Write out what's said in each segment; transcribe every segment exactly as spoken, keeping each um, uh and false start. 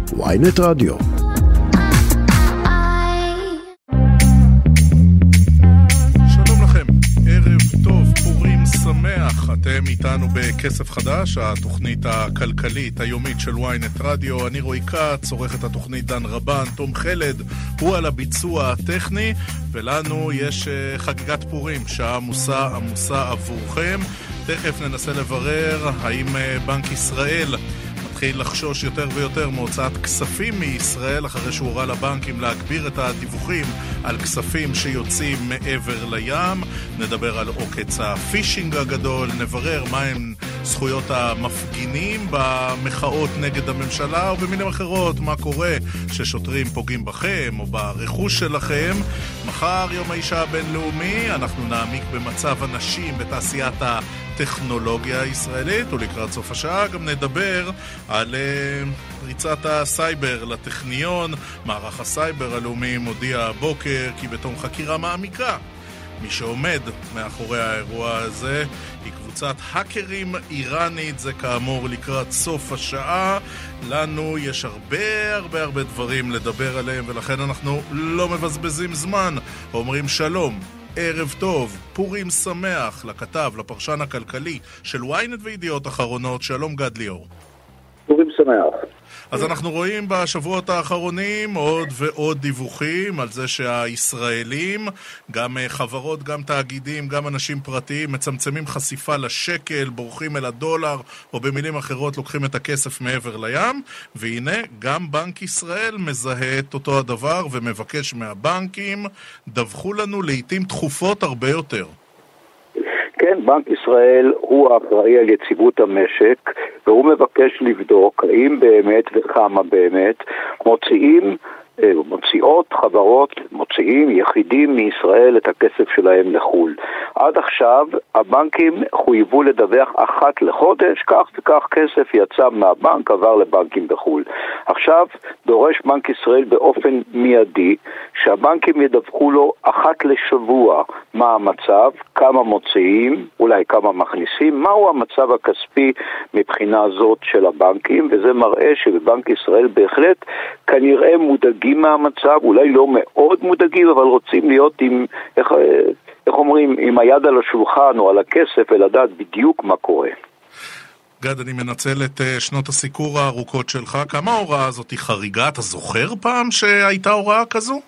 וויינט רדיו. שלום לכם, ערב טוב, פורים שמח. אתם איתנו בכסף חדש, התוכנית הכלכלית היומית של וויינט רדיו. אני רועי כץ, עורך את התוכנית דן רבן, תום חלד הוא על הביצוע הטכני, ולנו יש חגיגת פורים, שעה עמוסה עמוסה עבורכם. תכף ננסה לברר האם בנק ישראל מתחיל לחשוש יותר ויותר מהוצאת כספים מישראל, אחרי שהוא הורה לבנקים להגביר את הדיווחים על כספים שיוצאים מעבר לים. נדבר על עוקץ הפישינג הגדול, נברר מהם זכויות המפגינים במחאות נגד הממשלה, ובמילים אחרות מה קורה ששוטרים פוגעים בכם או ברכוש שלכם. מחר יום האישה הבינלאומי, אנחנו נעמיק במצב הנשים בתעשיית הטכנולוגיה הישראלית, ולקראת סוף השעה גם נדבר על uh, פריצת הסייבר לטכניון. מערך הסייבר הלאומי מודיע הבוקר כי בתום חקירה מעמיקה מי שעומד מאחורי האירוע הזה היא קבוצת האקרים איראנית. זה כאמור לקראת סוף השעה. לנו יש הרבה הרבה הרבה דברים לדבר עליהם, ולכן אנחנו לא מבזבזים זמן. אומרים שלום, ערב טוב, פורים שמח לכתב, לפרשן הכלכלי של וויינט וידיעות אחרונות, שלום גד ליאור. פורים שמח. אז אנחנו רואים בשבועות האחרונים עוד ועוד דיווחים על זה שהישראלים, גם חברות, גם תאגידים, גם אנשים פרטיים, מצמצמים חשיפה לשקל, בורחים אל הדולר, או במילים אחרות לוקחים את הכסף מעבר לים. והנה, גם בנק ישראל מזהה את אותו הדבר ומבקש מהבנקים, דווחו לנו לעתים תכופות הרבה יותר. כן, בנק ישראל הוא האחראי על יציבות המשק, והוא מבקש לבדוק האם באמת וכמה באמת מוציאים, מוציאות חברות, מוציאים יחידים מישראל את הכסף שלהם לחול. עד עכשיו הבנקים חויבו לדווח אחת לחודש, כך וכך כסף יצא מהבנק, עבר לבנקים בחול. עכשיו דורש בנק ישראל באופן מיידי שהבנקים ידווחו לו אחת לשבוע מה המצב, כמה מוציאים, אולי כמה מכניסים, מהו המצב הכספי מבחינה זאת של הבנקים, וזה מראה שבבנק ישראל בהחלט כנראה מודאגים מהמצב, אולי לא מאוד מודאגים, אבל רוצים להיות עם, איך, איך אומרים, עם היד על השולחן או על הכסף ולדעת בדיוק מה קורה. גד, אני מנצל את שנות הסיקור הארוכות שלך. כמה ההוראה הזאת היא חריגה? אתה זוכר פעם שהייתה הוראה כזו?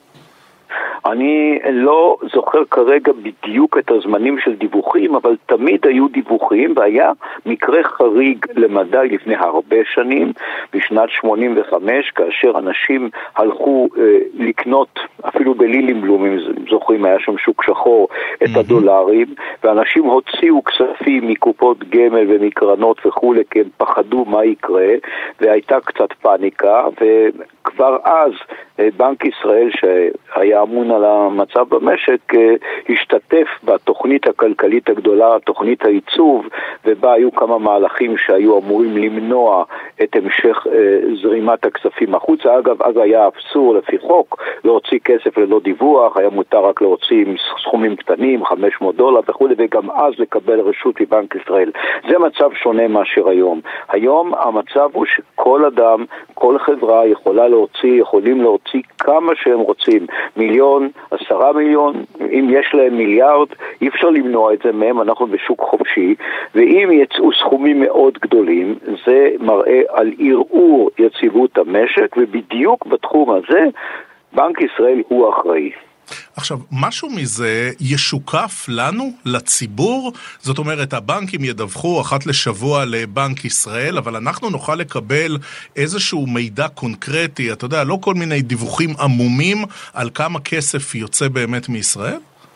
אני לא זוכר כרגע בדיוק את הזמנים של דיווחים, אבל תמיד היו דיווחים, והיה מקרה חריג למדי לפני הרבה שנים, בשנת שמונים וחמש, כאשר אנשים הלכו אה, לקנות, אפילו בלילינבלום, אם זוכרים, היה שם שוק שחור, את mm-hmm. הדולרים, ואנשים הוציאו כספים מקופות גמל ומקרנות וכו', כי הם פחדו מה יקרה, והייתה קצת פאניקה, וכבר אז אה, בנק ישראל שהיה אמון על המצב במשק השתתף בתוכנית הכלכלית הגדולה, תוכנית העיצוב, ובה היו כמה מהלכים שהיו אמורים למנוע את המשך זרימת הכספים החוצה. אגב, אז היה אסור לפי חוק להוציא כסף ללא דיווח, היה מותר רק להוציא סכומים קטנים, חמש מאות דולר וכו', וגם אז לקבל רשות מבנק ישראל. זה מצב שונה מאשר היום. היום המצב הוא שכל אדם, כל חברה יכולה להוציא, יכולים להוציא כמה שהם רוצים, מיליון, עשרה מיליון, אם יש להם מיליארד, אי אפשר למנוע את זה מהם, אנחנו בשוק חופשי, ואם יצאו סכומים מאוד גדולים, זה מראה על ערעור יציבות המשק, ובדיוק בתחום הזה, בנק ישראל הוא אחראי. עכשיו, משהו מזה ישוקף לנו, לציבור? זאת אומרת, הבנקים ידווחו אחת לשבוע לבנק ישראל, אבל אנחנו נוכל לקבל איזשהו מידע קונקרטי, אתה יודע, לא כל מיני דיווחים עמומים על כמה כסף יוצא באמת מישראל?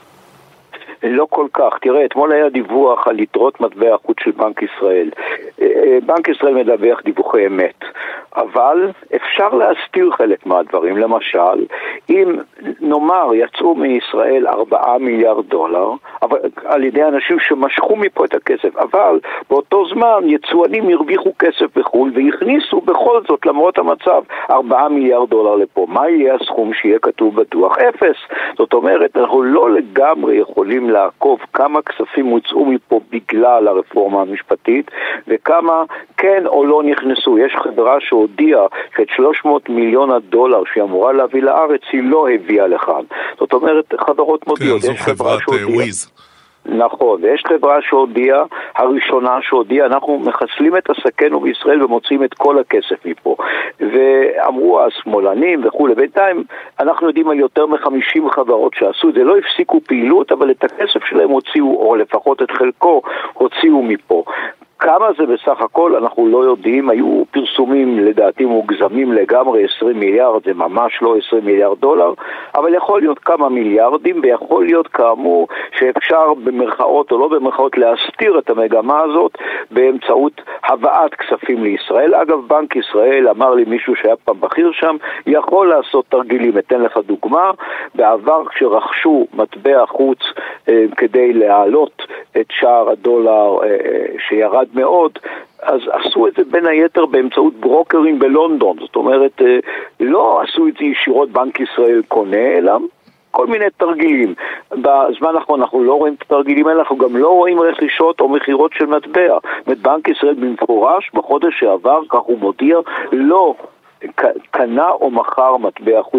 לא כל כך. תראה, אתמול היה דיווח על יתרות מטבע החוץ של בנק ישראל. בנק ישראל מדווח דיווחי אמת, אבל אפשר להסתיר חלק מהדברים. למשל, אם נאמר, יצאו מישראל ארבעה מיליארד דולר, אבל על ידי אנשים שמשכו מפה את הכסף, אבל באותו זמן יצואנים הרוויחו כסף בחו"ל והכניסו בכל זאת, למרות המצב, ארבעה מיליארד דולר לפה. מה יהיה הסכום שיהיה כתוב בדוח? אפס. זאת אומרת, אנחנו לא לגמרי יכולים לעקוב כמה כספים הוצאו מפה בגלל הרפורמה המשפטית, וכמה כן או לא נכנסו. יש חברה שהודיעה שאת שלוש מאות מיליון הדולר שהיא אמורה להביא לארץ, היא לא הביאה לכאן. זאת אומרת, חברות מודיעות. כן, זו חברת וויז. נכון, ויש חברה שהודיעה, הראשונה שהודיעה, אנחנו מחסלים את עסקנו בישראל ומוצאים את כל הכסף מפה. ואמרו השמאלנים וכו'. בינתיים אנחנו יודעים על יותר מ-חמישים חברות שעשו את זה, לא הפסיקו פעילות, אבל את הכסף שלהם הוציאו, או לפחות את חלקו הוציאו מפה. כמה זה בסך הכל אנחנו לא יודעים, היו פרסומים לדעתי מוגזמים לגמרי, עשרים מיליארד, זה ממש לא עשרים מיליארד דולר, אבל יכול להיות כמה מיליארדים, ויכול להיות כאמור שאפשר במרכאות או לא במרכאות להסתיר את המגמה הזאת באמצעות הבאת כספים לישראל. אגב, בנק ישראל, אמר לי מישהו שהיה פעם בכיר שם, יכול לעשות תרגילים. אתן לך דוגמה, בעבר כשרכשו מטבע חוץ אה, כדי להעלות את שער הדולר אה, שירד מאוד, אז עשו את זה בין היתר באמצעות ברוקרים בלונדון. זאת אומרת, לא עשו את זה ישירות בנק ישראל קונה, אלא כל מיני תרגילים. בזמן האחרון אנחנו לא רואים את התרגילים האלה, אנחנו גם לא רואים רכישות או מחירות של מטבע. בנק ישראל במפורש, בחודש שעבר, כך הוא מודיע, לא קנה או מחר מטבע חוץ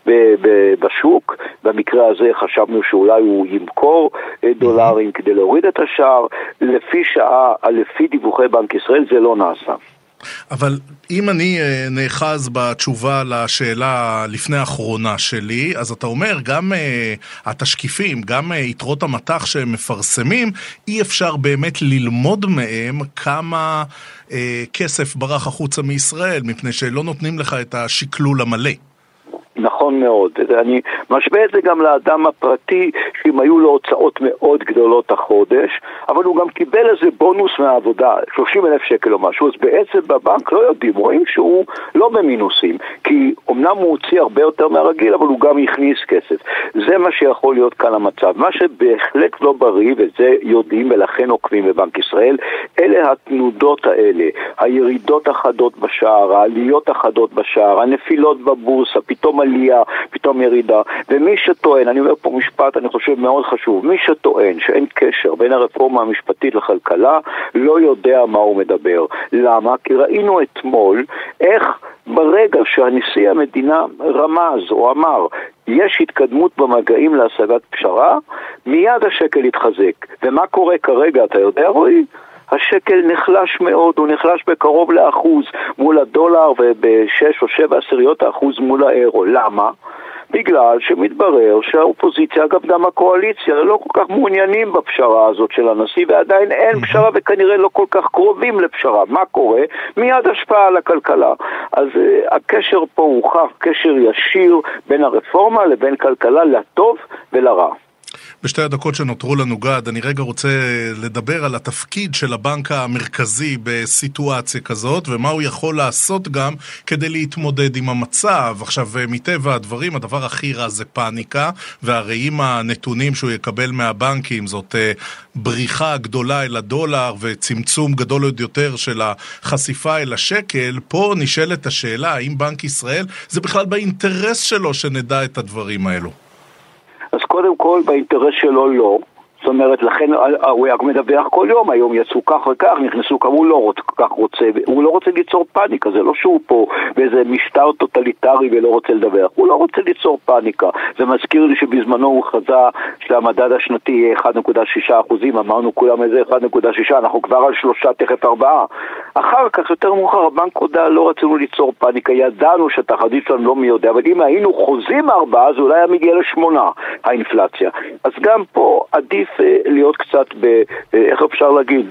בשוק. במקרה הזה חשבנו שאולי הוא ימכור דולרים כדי להוריד את השער. לפי שעה, לפי דיווחי בנק ישראל, זה לא נעשה. אבל אם אני נאחז בתשובה לשאלה לפני האחרונה שלי, אז אתה אומר, גם uh, התשקיפים, גם uh, יתרות המטח שהם מפרסמים, אי אפשר באמת ללמוד מהם כמה uh, כסף ברח החוצה מישראל, מפני שלא נותנים לך את השקלול המלא. נכון מאוד. אני משווה את זה גם לאדם הפרטי, שאם היו לו הוצאות מאוד גדולות החודש, אבל הוא גם קיבל איזה בונוס מהעבודה, שלושים אלף שקל או משהו, אז בעצם בבנק לא יודעים, רואים שהוא לא במינוסים, כי אמנם הוא הוציא הרבה יותר מהרגיל, אבל הוא גם הכניס כסף. זה מה שיכול להיות כאן המצב. מה שבהחלט לא בריא, וזה יודעים ולכן עוקבים בבנק ישראל, אלה התנודות האלה, הירידות החדות בשער, העליות החדות בשער, הנפילות בבורסה, פתאום עלייה, פתאום ירידה. ומי שטוען, אני אומר פה משפט, אני חושב מאוד חשוב, מי שטוען שאין קשר בין הרפורמה המשפטית לכלכלה, לא יודע מה הוא מדבר. למה? כי ראינו אתמול איך ברגע שהנשיא המדינה רמז או אמר, יש התקדמות במגעים להשגת פשרה, מיד השקל התחזק. ומה קורה כרגע, אתה יודע רואי? השקל נחלש מאוד, הוא נחלש בקרוב לאחוז מול הדולר ובשש או שבע עשיריות האחוז מול האירו. למה? בגלל שמתברר שהאופוזיציה, אגב גם הקואליציה, לא כל כך מעוניינים בפשרה הזאת של הנשיא, ועדיין אין פשרה וכנראה לא כל כך קרובים לפשרה. מה קורה? מיד השפעה על הכלכלה. אז uh, הקשר פה הוכח קשר ישיר בין הרפורמה לבין כלכלה לטוב ולרע. בשתי הדקות שנותרו לנו גד, אני רגע רוצה לדבר על התפקיד של הבנק המרכזי בסיטואציה כזאת, ומה הוא יכול לעשות גם כדי להתמודד עם המצב. עכשיו, מטבע הדברים, הדבר הכי רע זה פאניקה, והרי עם הנתונים שהוא יקבל מהבנקים, זאת בריחה גדולה אל הדולר, וצמצום גדול עוד יותר של החשיפה אל השקל. פה נשאלת השאלה, האם בנק ישראל זה בכלל באינטרס שלו שנדע את הדברים האלו? אז קודם כל, באינטרס שלו לא. זאת אומרת, לכן הוא מדווח כל יום, היום יצאו כך וכך, נכנסו כמה, הוא לא רוצה, כך רוצה, הוא לא רוצה ליצור פאניקה, זה לא שהוא פה באיזה משטר טוטליטרי ולא רוצה לדווח, הוא לא רוצה ליצור פאניקה. זה מזכיר לי שבזמנו הוא חזה שהמדד השנתי יהיה אחד נקודה שישה אחוזים, אמרנו כולם איזה אחד נקודה שישה, אנחנו כבר על שלושה, תכף ארבעה. אחר כך, יותר מאוחר, הבנק הודע, לא רצינו ליצור פאניקה, ידענו שהתחזית שלנו לא מי יודע, אבל אם היינו חוזים ארבעה, אז אולי היה מגיע לשמונה, האינפלציה. אז גם פה עדיף להיות קצת, ב, איך אפשר להגיד,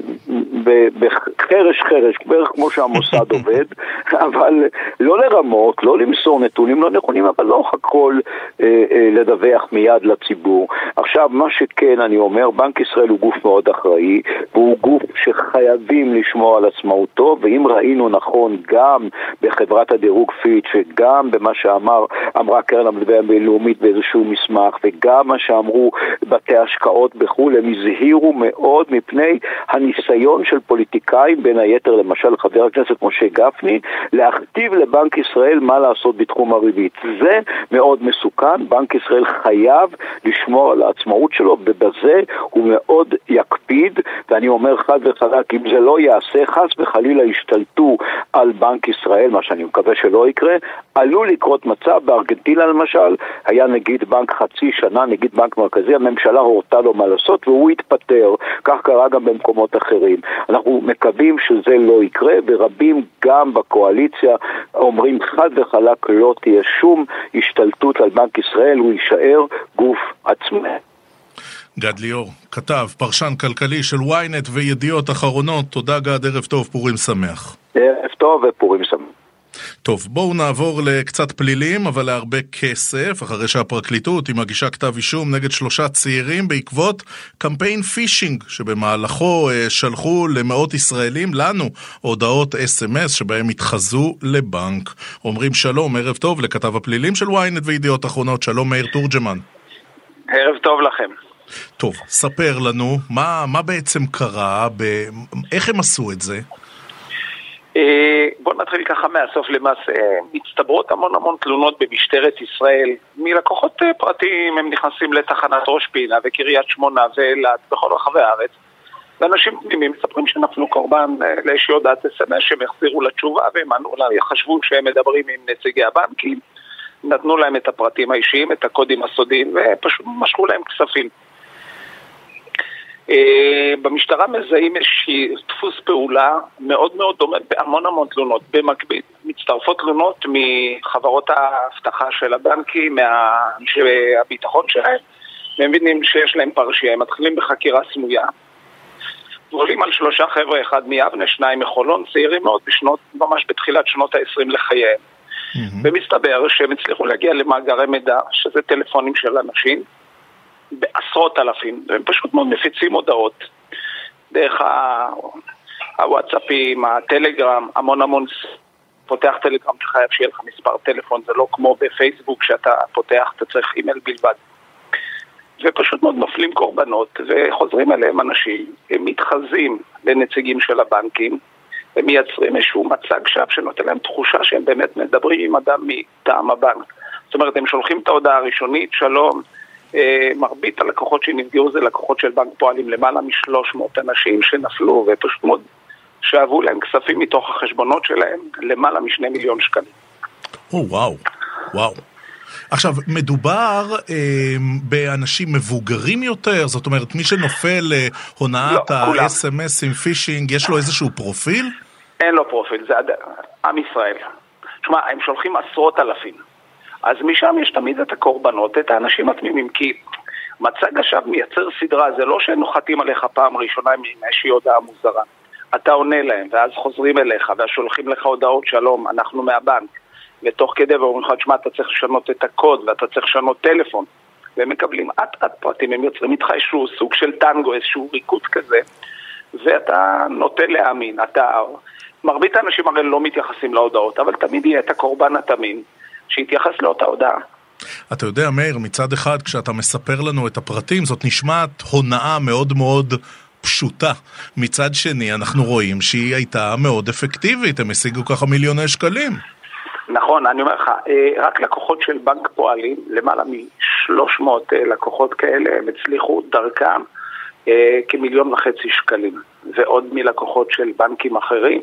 בחרש חרש, בערך כמו שהמוסד עובד, אבל לא לרמות, לא למסור נתונים לא נכונים, אבל לא הכל אה, אה, לדווח מיד לציבור. עכשיו, מה שכן אני אומר, בנק ישראל הוא גוף מאוד אחראי, והוא גוף שחייבים לשמור על עצמאותו, ואם ראינו נכון גם בחברת הדירוג פיץ' וגם במה שאמר, אמרה קרן המטבע הבינלאומית באיזשהו מסמך, וגם מה שאמרו בתי השקעות בחו"ל, הם הזהירו מאוד מפני הניסיון של פוליטיקאים, בין היתר למשל חבר הכנסת משה גפני, להכתיב לבנק ישראל מה לעשות בתחום הריבית. זה מאוד מסוכן, בנק ישראל חייב לשמור על העצמאות שלו, ובזה הוא מאוד יקפיד, ואני אומר חד וחלק, אם זה לא יעשה, חס וחלילה ישתלטו על בנק ישראל, מה שאני מקווה שלא יקרה, עלול לקרות מצב, בארגנטינה למשל, היה נגיד בנק חצי שנה, נגיד בנק מרכזי, הממשלה הורתה לו מה לעשות, והוא התפטר, כך קרה גם במקומות אחרים. אנחנו מקווים שזה לא יקרה, ורבים גם בקואליציה אומרים חד וחלק לא תהיה שום השתלטות על בנק ישראל, הוא יישאר גוף עצמאי. גד ליאור, כתב, פרשן כלכלי של וויינט וידיעות אחרונות. תודה גד, ערב טוב, פורים שמח. ערב טוב ופורים שמח. טוב, בואו נעבור לקצת פלילים, אבל להרבה כסף, אחרי שהפרקליטות היא מגישה כתב אישום נגד שלושה צעירים בעקבות קמפיין פישינג, שבמהלכו שלחו למאות ישראלים, לנו, הודעות אס אם אס שבהם התחזו לבנק. אומרים שלום, ערב טוב, לכתב הפלילים של וויינט וידיעות אחרונות. שלום, מאיר תורג'מן. ערב טוב לכם. טוב, ספר לנו, מה, מה בעצם קרה, ב... איך הם עשו את זה? בואו נתחיל ככה מהסוף. למעשה מצטברות המון המון תלונות במשטרת ישראל מלקוחות פרטיים. הם נכנסים לתחנת ראש פינה וקריית שמונה ואילת בכל רחבי הארץ, ואנשים פנימיים מספרים שנפלו קורבן לאיזושהי הודעת אס אם אס שהם החזירו לתשובה, והם ענו לה, חשבו שהם מדברים עם נציגי הבנקים, נתנו להם את הפרטים האישיים, את הקודים הסודיים, ופשוט משכו להם כספים. במשטרה מזהים איזושהי דפוס פעולה מאוד מאוד דומה בהמון המון תלונות. במקביל מצטרפות תלונות מחברות ההבטחה של הבנקים, מאנשי הביטחון שלהם, והם מבינים שיש להם פרשייה, הם מתחילים בחקירה סמויה. ועולים על שלושה חבר'ה, אחד מיבנה, שניים מחולון, צעירים מאוד בשנות, ממש בתחילת שנות ה-עשרים לחייהם. Mm-hmm. ומסתבר שהם הצליחו להגיע למאגרי מידע, שזה טלפונים של אנשים, בעשרות אלפים, והם פשוט מאוד מפיצים הודעות דרך הוואטסאפים, הטלגרם, המון המון. פותח טלגרם שחייב שיהיה לך מספר טלפון, זה לא כמו בפייסבוק שאתה פותח, אתה צריך אימייל בלבד. ופשוט מאוד נופלים קורבנות וחוזרים אליהם אנשים, הם מתחזים לנציגים של הבנקים, הם מייצרים איזשהו מצג שווא שנותן להם תחושה שהם באמת מדברים עם אדם מטעם הבנק. זאת אומרת, הם שולחים את ההודעה הראשונית, שלום, מרבית הלקוחות שנפגעו זה לקוחות של בנק פועלים, למעלה משלוש מאות אנשים שנפלו ופשוט מאוד שאבו להם כספים מתוך החשבונות שלהם, למעלה משני מיליון שקלים. או וואו, וואו. עכשיו, מדובר אה, באנשים מבוגרים יותר? זאת אומרת, מי שנופל להונאת ה-אס אם אס עם פישינג, יש לו איזשהו פרופיל? אין לו פרופיל, זה עם ישראל. תשמע, הם שולחים עשרות אלפים. אז משם יש תמיד את הקורבנות, את האנשים התמימים, כי מצג השווא מייצר סדרה, זה לא שנוחתים עליך פעם ראשונה עם איזושהי הודעה מוזרה. אתה עונה להם, ואז חוזרים אליך, ואז שולחים לך הודעות, שלום, אנחנו מהבנק, ותוך כדי ואומרים לך, שמה, אתה צריך לשנות את הקוד, ואתה צריך לשנות טלפון, והם מקבלים עד עד פרטים, הם יוצרים איתך איזשהו סוג של טנגו, איזשהו ריקוד כזה, ואתה נוטה להאמין, אתה... מרבית האנשים הרי לא מתייחסים להודעות, אבל תמיד יהיה את הקורבן התמים, שיתייחס לאותה הודעה. אתה יודע, מאיר, מצד אחד, כשאתה מספר לנו את הפרטים, זאת נשמעת הונאה מאוד מאוד פשוטה. מצד שני, אנחנו רואים שהיא הייתה מאוד אפקטיבית, הם השיגו ככה מיליוני שקלים. נכון, אני אומר לך, רק לקוחות של בנק פועלים, למעלה מ-שלוש מאות לקוחות כאלה, הם הצליחו דרכם כמיליון וחצי שקלים. ועוד מלקוחות של בנקים אחרים,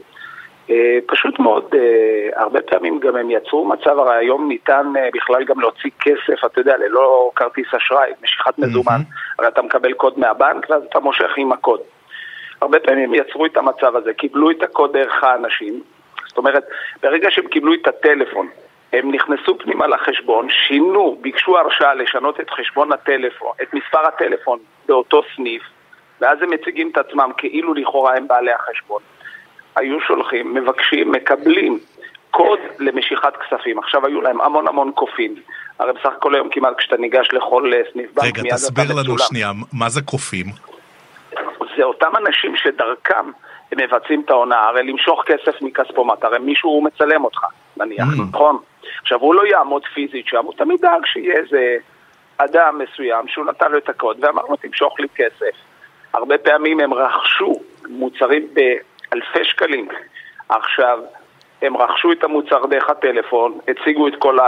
פשוט מאוד, הרבה פעמים גם הם יצרו מצב, הרי היום ניתן בכלל גם להוציא כסף, אתה יודע, ללא כרטיס אשראי, משיכת מזומן, הרי אתה מקבל קוד מהבנק ואז אתה מושך עם הקוד. הרבה פעמים יצרו את המצב הזה, קיבלו את הקוד דרך האנשים, זאת אומרת, ברגע שהם קיבלו את הטלפון, הם נכנסו פנימה לחשבון, שינו, ביקשו הרשאה לשנות את חשבון הטלפון, את מספר הטלפון באותו סניף, ואז הם מציגים את עצמם כאילו לכאורה הם בעלי החשבון. היו שולחים, מבקשים, מקבלים קוד למשיכת כספים. עכשיו היו להם המון המון קופים. הרי בסך הכל היום כמעט כשאתה ניגש לכל סניף בנק, רגע, תסביר לנו שנייה, מה זה קופים? זה אותם אנשים שדרכם הם מבצעים את ההונאה, הרי למשוך כסף מכספומט, הרי מישהו מצלם אותך, נניח, mm. נכון? עכשיו הוא לא יעמוד פיזית שם, הוא תמיד דאג שיהיה איזה אדם מסוים שהוא נתן לו את הקוד ואמר לו תמשוך לי כסף. הרבה פעמים הם רכשו מוצרים באלפי שקלים. עכשיו, הם רכשו את המוצר דרך הטלפון, הציגו את כל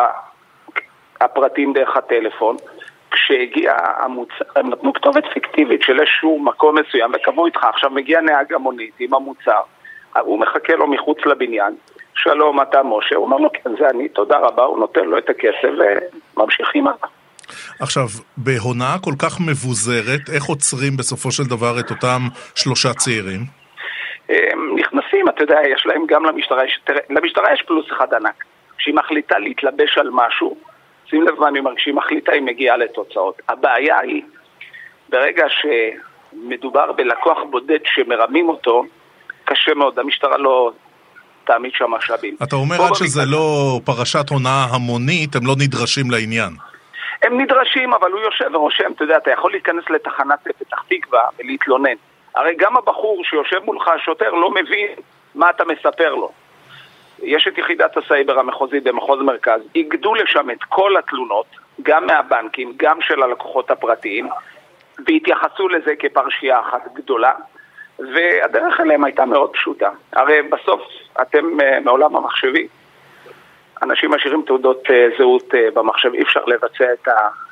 הפרטים דרך הטלפון, כשהגיע המוצר, הם נתנו כתובת פיקטיבית של איזשהו מקום מסוים וקבעו איתך. עכשיו מגיע נהג המונית עם המוצר, הוא מחכה לו מחוץ לבניין, שלום אתה משה, הוא אומר לו כן זה אני, תודה רבה, הוא נותן לו את הכסף וממשיכים הלאה. עכשיו, בהונאה כל כך מבוזרת, איך עוצרים בסופו של דבר את אותם שלושה צעירים? הם נכנסים, אתה יודע, יש להם גם למשטרה, יש, תראה, למשטרה יש פלוס אחד ענק, שהיא מחליטה להתלבש על משהו, שים לב מה אני אומר, כשהיא מחליטה היא מגיעה לתוצאות. הבעיה היא, ברגע שמדובר בלקוח בודד שמרמים אותו, קשה מאוד, המשטרה לא תעמיד שם משאבים. אתה אומר עד שזה לא פרשת הונאה המונית, הם לא נדרשים לעניין. הם נדרשים, אבל הוא יושב ורושם, אתה יודע, אתה יכול להיכנס לתחנת פתח תקווה ולהתלונן. הרי גם הבחור שיושב מולך, השוטר, לא מבין מה אתה מספר לו. יש את יחידת הסייבר המחוזית במחוז מרכז, יגדו לשם את כל התלונות, גם מהבנקים, גם של הלקוחות הפרטיים, והתייחסו לזה כפרשייה אחת גדולה, והדרך אליהם הייתה מאוד פשוטה. הרי בסוף אתם מעולם המחשבי, אנשים משאירים תעודות זהות במחשב, אי אפשר לבצע את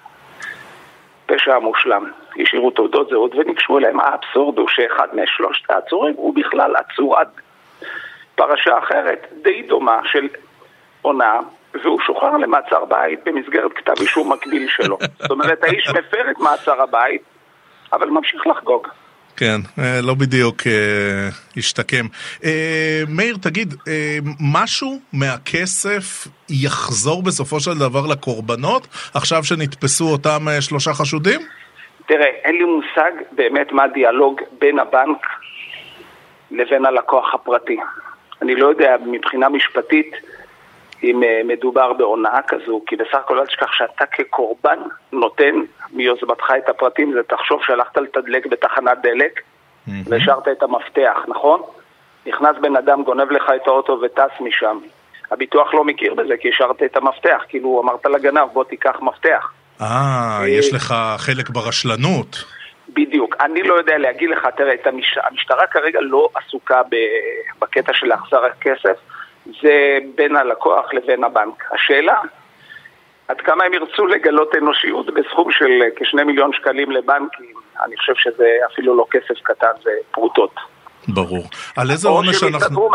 הפשע המושלם. השאירו תעודות זהות וניגשו אליהם. האבסורד הוא שאחד משלושת העצורים הוא בכלל עצור עד פרשה אחרת, די דומה של הונאה, והוא שוחרר למעצר בית במסגרת כתב אישום מקביל שלו. זאת אומרת, האיש מפר את מעצר הבית, אבל ממשיך לחגוג. כן, לא בדיוק השתקם. מאיר, תגיד, משהו מהכסף יחזור בסופו של דבר לקורבנות, עכשיו שנתפסו אותם שלושה חשודים? תראה, אין לי מושג באמת מה הדיאלוג בין הבנק לבין הלקוח הפרטי. אני לא יודע מבחינה משפטית אם מדובר בהונאה כזו, כי בסך הכל אל תשכח שאתה כקורבן נותן מיוזמתך את הפרטים, זה תחשוב שהלכת לתדלק בתחנת דלק mm-hmm. והשארת את המפתח, נכון? נכנס בן אדם, גונב לך את האוטו וטס משם. הביטוח לא מכיר בזה כי השארת את המפתח, כאילו אמרת לגנב בוא תיקח מפתח. אה, יש לך חלק ברשלנות. בדיוק, אני לא יודע להגיד לך, תראה, את המש... המשטרה כרגע לא עסוקה בקטע של להחזר הכסף, זה בין הלקוח לבין הבנק. השאלה, עד כמה הם ירצו לגלות אנושיות בסכום של כשני מיליון שקלים לבנקים, אני חושב שזה אפילו לא כסף קטן, זה פרוטות. ברור. על איזה עונש אנחנו...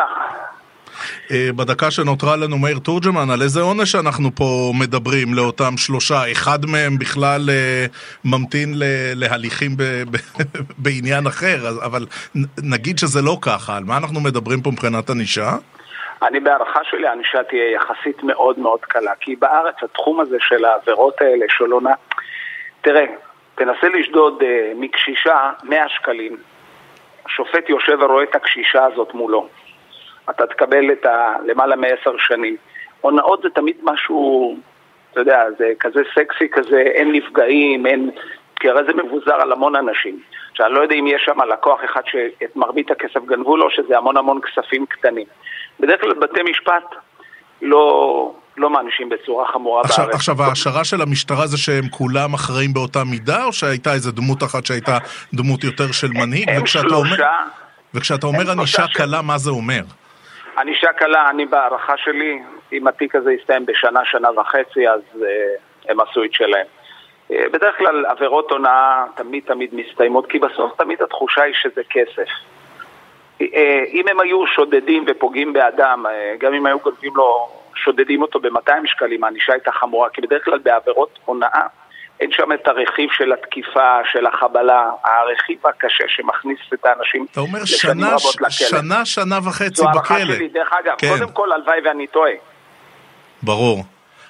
בדקה שנותרה לנו מאיר תורג'מן, על איזה עונש אנחנו פה מדברים לאותם שלושה? אחד מהם בכלל ממתין להליכים בעניין אחר, אבל נגיד שזה לא ככה, על מה אנחנו מדברים פה מבחינת ענישה? אני בהערכה שלי, הענישה תהיה יחסית מאוד מאוד קלה, כי בארץ התחום הזה של העבירות האלה של הונאה, תראה, תנסה לשדוד מקשישה מאה שקלים, השופט יושב ורואה את הקשישה הזאת מולו, אתה תקבל את ה... למעלה מעשר שנים. הונאות זה תמיד משהו, אתה יודע, זה כזה סקסי כזה, אין נפגעים, אין... כי הרי זה מבוזר על המון אנשים. שאני לא יודע אם יש שם לקוח אחד שאת מרבית הכסף גנבו לו, שזה המון המון כספים קטנים. בדרך כלל בתי משפט לא, לא מענישים בצורה חמורה עכשיו, בארץ. עכשיו, ההשערה של המשטרה זה שהם כולם אחראים באותה מידה, או שהייתה איזו דמות אחת שהייתה דמות יותר של מנהיג? הם וכשאתה שלושה... אומר, וכשאתה אומר ענישה קלה, מה זה אומר? ענישה קלה, אני בהערכה שלי, אם התיק הזה יסתיים בשנה, שנה וחצי, אז uh, הם עשו את שלהם. Uh, בדרך כלל עבירות הונאה תמיד תמיד מסתיימות, כי בסוף תמיד התחושה היא שזה כסף. Uh, אם הם היו שודדים ופוגעים באדם, uh, גם אם היו גונבים לו, שודדים אותו ב-מאתיים שקלים, הענישה הייתה חמורה, כי בדרך כלל בעבירות הונאה, אין שם את הרכיב של התקיפה, של החבלה, הרכיב הקשה שמכניס את האנשים לשנים רבות לכלא. שנה, שנה וחצי בכלא. זו הערכה שלי, דרך אגב, כן. קודם כל הלוואי ואני טועה. ברור.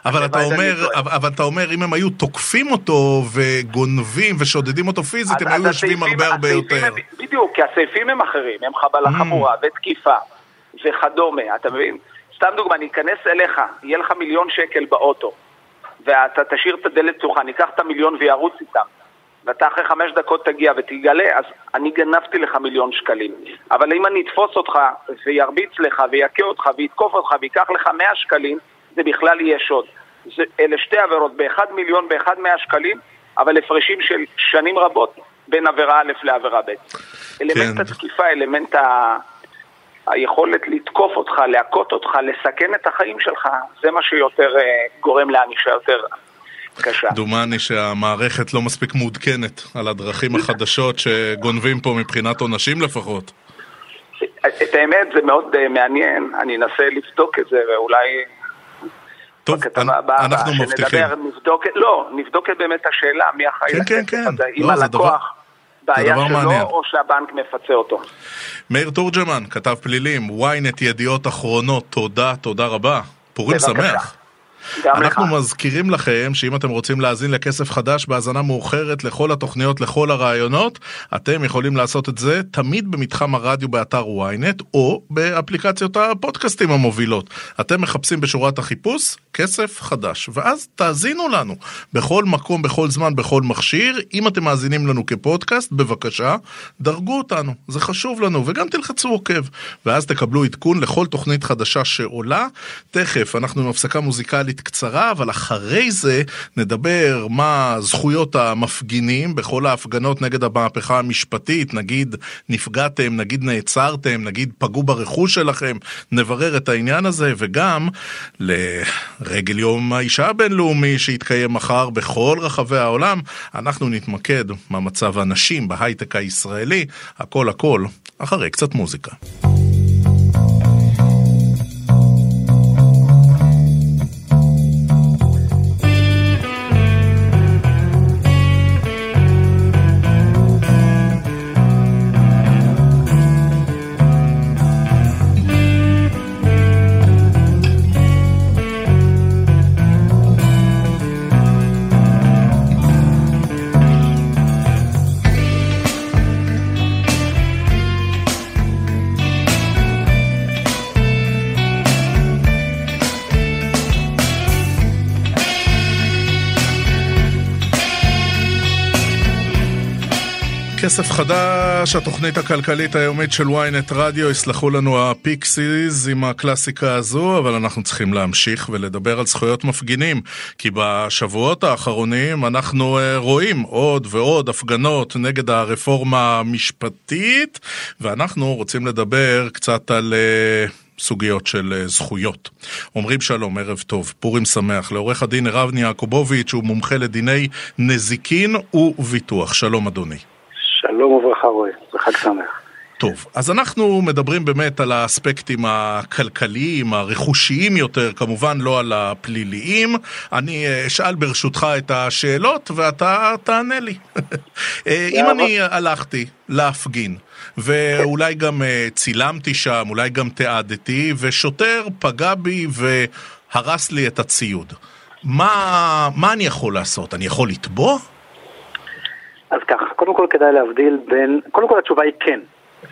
אבל אתה אומר, אבל אתה אומר, אם הם היו תוקפים אותו וגונבים ושודדים אותו פיזית, הם היו יושבים הרבה הרבה יותר. בדיוק, כי הסעיפים הם אחרים, הם חבלה חמורה ותקיפה וכדומה, אתה מבין? סתם דוגמה, אני אכנס אליך, יהיה לך מיליון שקל באוטו, ואתה תשאיר את הדלת פתוחה, אני אקח את המיליון וירוץ איתם, ואתה אחרי חמש דקות תגיע ותגלה, אז אני גנבתי לך מיליון שקלים. אבל אם אני אתפוס אותך וירביץ לך ויקה אותך ויתקוף אותך ויקח לך מאה שקלים, זה בכלל יהיה שוד. זה, אלה שתי עבירות, באחד מיליון, באחד מאה שקלים, אבל הפרשים של שנים רבות בין עבירה א' לעבירה ב'. אלמנט כן. התקיפה, אלמנט ה... היכולת לתקוף אותך, להכות אותך, לסכן את החיים שלך, זה מה שיותר uh, גורם לענישה יותר קשה. דומני שהמערכת לא מספיק מעודכנת על הדרכים החדשות שגונבים פה מבחינת עונשים לפחות. את האמת זה מאוד uh, מעניין, אני אנסה לבדוק את זה ואולי... טוב, אנחנו מבטיחים. נבדוק, לא, נבדוק את באמת השאלה, מי אחראי כן, כן, כן. אם הלקוח בעיה שלו או שהבנק מפצה אותו. מאיר תורג'מן, כתב פלילים, ynet ידיעות אחרונות, תודה, תודה רבה. פורים שמח. אנחנו לך. מזכירים לכם שאם אתם רוצים להאזין לכסף חדש בהאזנה מאוחרת לכל התוכניות, לכל הרעיונות, אתם יכולים לעשות את זה תמיד במתחם הרדיו באתר ynet או באפליקציות הפודקאסטים המובילות. אתם מחפשים בשורת החיפוש כסף חדש, ואז תאזינו לנו בכל מקום, בכל זמן, בכל מכשיר. אם אתם מאזינים לנו כפודקאסט, בבקשה, דרגו אותנו, זה חשוב לנו, וגם תלחצו עוקב, ואז תקבלו עדכון לכל תוכנית חדשה שעולה. תכף אנחנו מפסקה מוזיקלית קצרה, אבל אחרי זה נדבר מה זכויות המפגינים בכל ההפגנות נגד המהפכה המשפטית, נגיד נפגעתם, נגיד נעצרתם, נגיד פגעו ברכוש שלכם, נברר את העניין הזה, וגם לרגל יום האישה הבינלאומי שיתקיים מחר בכל רחבי העולם, אנחנו נתמקד במצב הנשים בהייטק הישראלי, הכל הכל, אחרי קצת מוזיקה. כסף חדש, התוכנית הכלכלית היומית של ynet רדיו. יסלחו לנו הפיקסיז עם הקלאסיקה הזו, אבל אנחנו צריכים להמשיך ולדבר על זכויות מפגינים, כי בשבועות האחרונים אנחנו רואים עוד ועוד הפגנות נגד הרפורמה המשפטית, ואנחנו רוצים לדבר קצת על סוגיות של זכויות. אומרים שלום, ערב טוב, פורים שמח, לעורך הדין ערן יעקובוביץ', הוא מומחה לדיני נזיקין וביטוח. שלום אדוני. שלום וברכה רועי, זה חג שמח. טוב, אז אנחנו מדברים באמת על האספקטים הכלכליים, הרכושיים יותר, כמובן לא על הפליליים. אני אשאל ברשותך את השאלות ואתה תענה לי. אם אני הלכתי להפגין, ואולי גם צילמתי שם, אולי גם תיעדתי, ושוטר פגע בי והרס לי את הציוד, מה, מה אני יכול לעשות? אני יכול לתבוע? אז ככה, קודם כל כדאי להבדיל בין, קודם כל התשובה היא כן.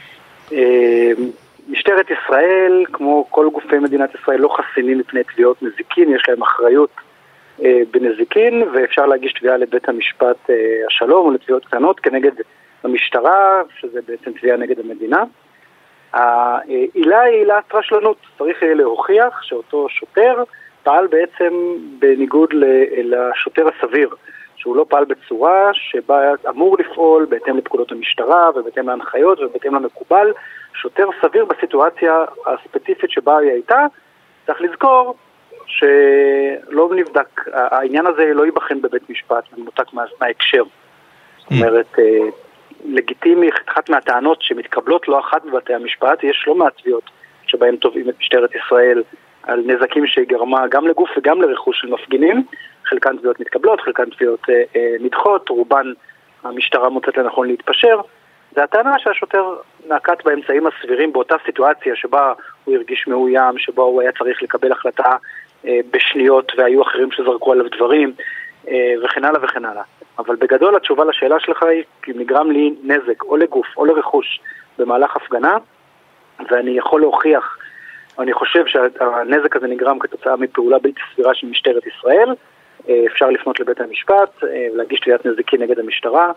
משטרת ישראל, כמו כל גופי מדינת ישראל, לא חסינים מפני תביעות נזיקין, יש להם אחריות בנזיקין, ואפשר להגיש תביעה לבית המשפט השלום או לתביעות קטנות כנגד המשטרה, שזה בעצם תביעה נגד המדינה. העילה היא עילת רשלנות, צריך להוכיח שאותו שוטר פעל בעצם בניגוד לשוטר הסביר, שהוא לא פעל בצורה שבה אמור לפעול בהתאם לפקודות המשטרה ובהתאם להנחיות ובהתאם למקובל. שוטר סביר בסיטואציה הספציפית שבה היא הייתה, צריך לזכור שלא נבדק, העניין הזה לא ייבחן בבית משפט, מנותק מההקשר. זאת אומרת, לגיטימי, אחת מהטענות שמתקבלות לא אחת בבתי המשפט, יש לא מעט תביעות שבהם תובעים את משטרת ישראל על נזקים שהיא גרמה גם לגוף וגם לרכוש של מפגינים, חלקן תביעות מתקבלות, חלקן תביעות אה, אה, נדחות, רובן המשטרה מוצאת לנכון להתפשר. זה הטענה שהשוטר נקט באמצעים הסבירים באותה סיטואציה שבה הוא הרגיש מאוים, שבה הוא היה צריך לקבל החלטה בשניות, והיו אחרים שזרקו עליו דברים, וכן הלאה וכן הלאה. אבל בגדול התשובה לשאלה שלך היא, כי נגרם לי נזק, או לגוף, או לרכוש, במהלך הפגנה, ואני יכול להוכיח, אני חושב שהנזק הזה נגרם כתוצאה מפעולה בלתי סבירה של משטרת ישראל, אפשר לפנות לבית המשפט, ולהגיש תביעת נזיקין נגד המשטרה,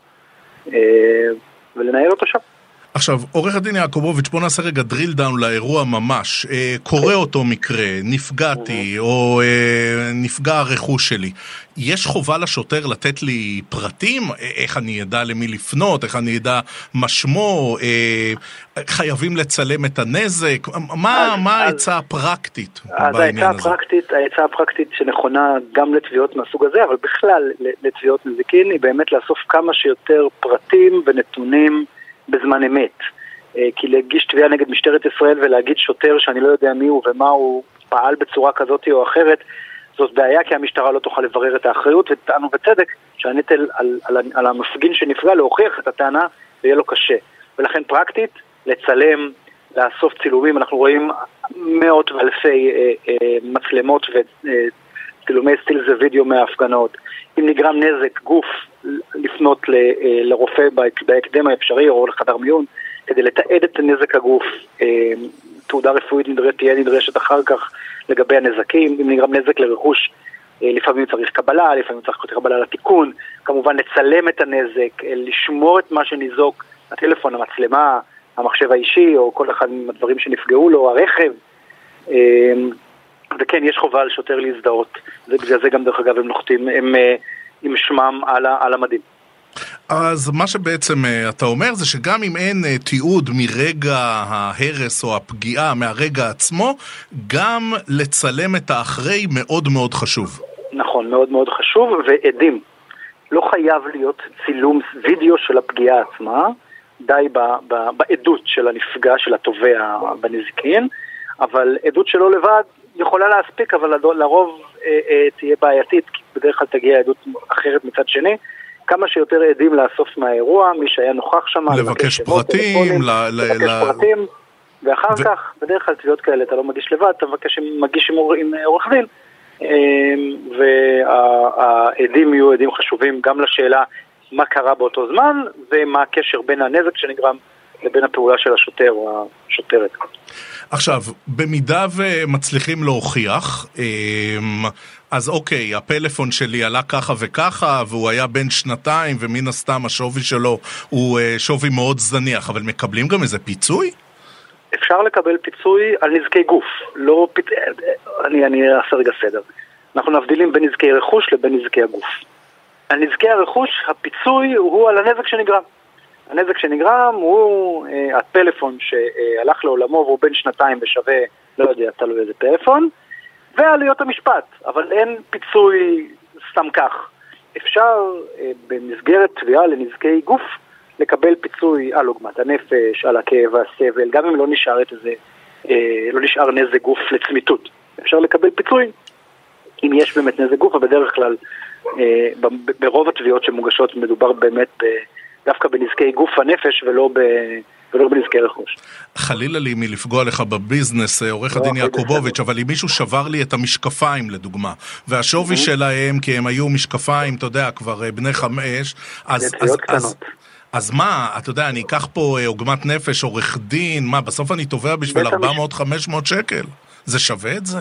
ולנהל אותו שם. עכשיו, עורך הדין יעקובוביץ', בוא נעשה רגע דריל דאון לאירוע ממש. אה, קורא אותו מקרה, נפגעתי, או אה, נפגע הרכוש שלי. יש חובה לשוטר לתת לי פרטים? איך אני ידע למי לפנות? איך אני ידע מה שמו? אה, חייבים לצלם את הנזק? מה, מה העצה הפרקטית בעניין הזה? הפרקטית, העצה הפרקטית שנכונה גם לתביעות מהסוג הזה, אבל בכלל לתביעות נזיקין, היא באמת לאסוף כמה שיותר פרטים ונתונים בזמן אמת. כי להגיש תביעה נגד משטרת ישראל ולהגיד שוטר שאני לא יודע מי הוא ומה הוא פעל בצורה כזאת או אחרת, זאת בעיה, כי המשטרה לא תוכל לברר את האחריות, וטענו בצדק שהנטל על, על, על המפגין שנפגע להוכיח את הטענה ויהיה לו קשה. ולכן פרקטית, לצלם, לאסוף צילומים, אנחנו רואים מאות ואלפי אה, אה, מצלמות וצילומי סטיל זה וידאו מההפגנות. אם נגרם נזק גוף, לפנות ל, אה, לרופא בהקדם האפשרי או לחדר מיון, כדי לתעד את נזק הגוף, אה, תעודה רפואית נדרשת, תהיה נדרשת אחר כך לגבי הנזקים. אם נגרם נזק לרכוש, לפעמים צריך קבלה, לפעמים צריך קבלה לתיקון, כמובן לצלם את הנזק, לשמור את מה שניזוק, הטלפון, המצלמה, המחשב האישי, או כל אחד מהדברים שנפגעו לו, הרכב. וכן, יש חובה על שוטר להזדהות, ובגלל זה גם דרך אגב הם נוחתים הם, עם שמם על, על המדים. אז מה שבעצם אתה אומר זה שגם אם אין תיעוד מרגע ההרס או הפגיעה מהרגע עצמו, גם לצלם את האחרי מאוד מאוד חשוב. נכון, מאוד מאוד חשוב, ועדים. לא חייב להיות צילום וידאו של הפגיעה עצמה, די ב, ב, בעדות של הנפגע, של התובע בנזיקין, אבל עדות שלו לבד יכולה להספיק, אבל לרוב אה, אה, תהיה בעייתית, כי בדרך כלל תגיע עדות אחרת מצד שני. כמה שיותר עדים לאסוף מהאירוע, מי שהיה נוכח שם, לבקש פרטים, ל- לבקש ל- פרטים, ואחר ו- כך, בדרך כלל תביעות כאלה אתה לא מגיש לבד, אתה מבקש, מגיש עם, עם עורך דין, והעדים יהיו עדים חשובים גם לשאלה מה קרה באותו זמן, ומה הקשר בין הנזק שנגרם לבין הפעולה של השוטר או השוטרת. עכשיו, במידה ומצליחים להוכיח, אז אוקיי, הפלאפון שלי עלה ככה וככה, והוא היה בין שנתיים, ומן הסתם השווי שלו הוא שווי מאוד זניח, אבל מקבלים גם איזה פיצוי? אפשר לקבל פיצוי על נזקי גוף, לא פ... אני, אני אעשה רגע סדר. אנחנו מבדילים בין נזקי רכוש לבין נזקי הגוף. על נזקי הרכוש, הפיצוי הוא על הנזק שנגרם. הנזק שנגרם הוא אה, הפלאפון שהלך לעולמו והוא בין שנתיים ושווה, לא יודע, תלוי איזה פלאפון, ועלויות המשפט, אבל אין פיצוי סתם כך. אפשר אה, במסגרת תביעה לנזקי גוף לקבל פיצוי על עוגמת הנפש, על הכאב והסבל, גם אם לא נשאר את זה, אה, לא נשאר נזק גוף לצמיתות. אפשר לקבל פיצוי אם יש באמת נזק גוף, ובדרך כלל אה, ברוב התביעות שמוגשות מדובר באמת ב... דווקא בנזקי גוף הנפש ולא, ב... ולא בנזקי רכוש. חלילה לי מלפגוע לך בביזנס, עורך הדין יעקובוביץ', אבל אם מישהו שבר לי את המשקפיים לדוגמה, והשווי שלהם, כי הם היו משקפיים, אתה יודע, כבר בני חמש, אז, אז, אז, אז מה, אתה יודע, אני אקח פה עוגמת נפש, עורך דין, מה, בסוף אני תובע בשביל ארבע מאות חמש מאות שקל? זה שווה את זה?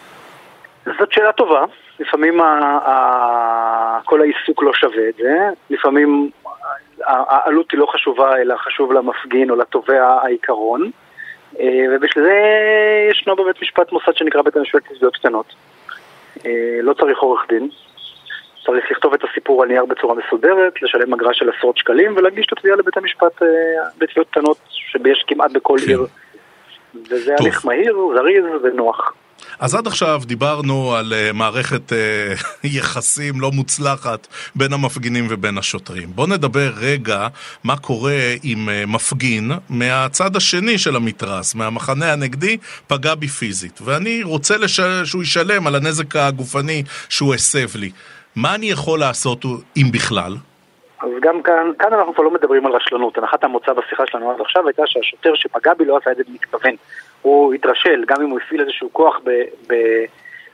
זאת שאלה טובה. לפעמים ה... ה... כל העיסוק לא שווה את זה. לפעמים העלות היא לא חשובה, אלא חשוב למפגין או לתובע העיקרון, ובשביל זה ישנו בבית משפט מוסד שנקרא בית המשפט לתביעות קטנות. לא צריך עורך דין, צריך לכתוב את הסיפור על נייר בצורה מסודרת, לשלם אגרה של עשרות שקלים ולהגיש את התביעה לבית המשפט בתביעות קטנות שיש כמעט בכל עיר. וזה הליך מהיר, זריז ונוח. אז עד עכשיו דיברנו על uh, מערכת uh, יחסים לא מוצלחת בין המפגינים ובין השוטרים. בואו נדבר רגע מה קורה עם uh, מפגין מהצד השני של המתרס, מהמחנה הנגדי, פגע בי פיזית. ואני רוצה לש... שהוא ישלם על הנזק הגופני שהוא הסב לי. מה אני יכול לעשות אם בכלל? אז גם כאן, כאן אנחנו כבר לא מדברים על רשלנות. הנחת המוצא בשיחה שלנו עד עכשיו הייתה שהשוטר שפגע בי לא עשה את זה במתכוון. הוא התרשל, גם אם הוא הפעיל איזשהו כוח ב, ב,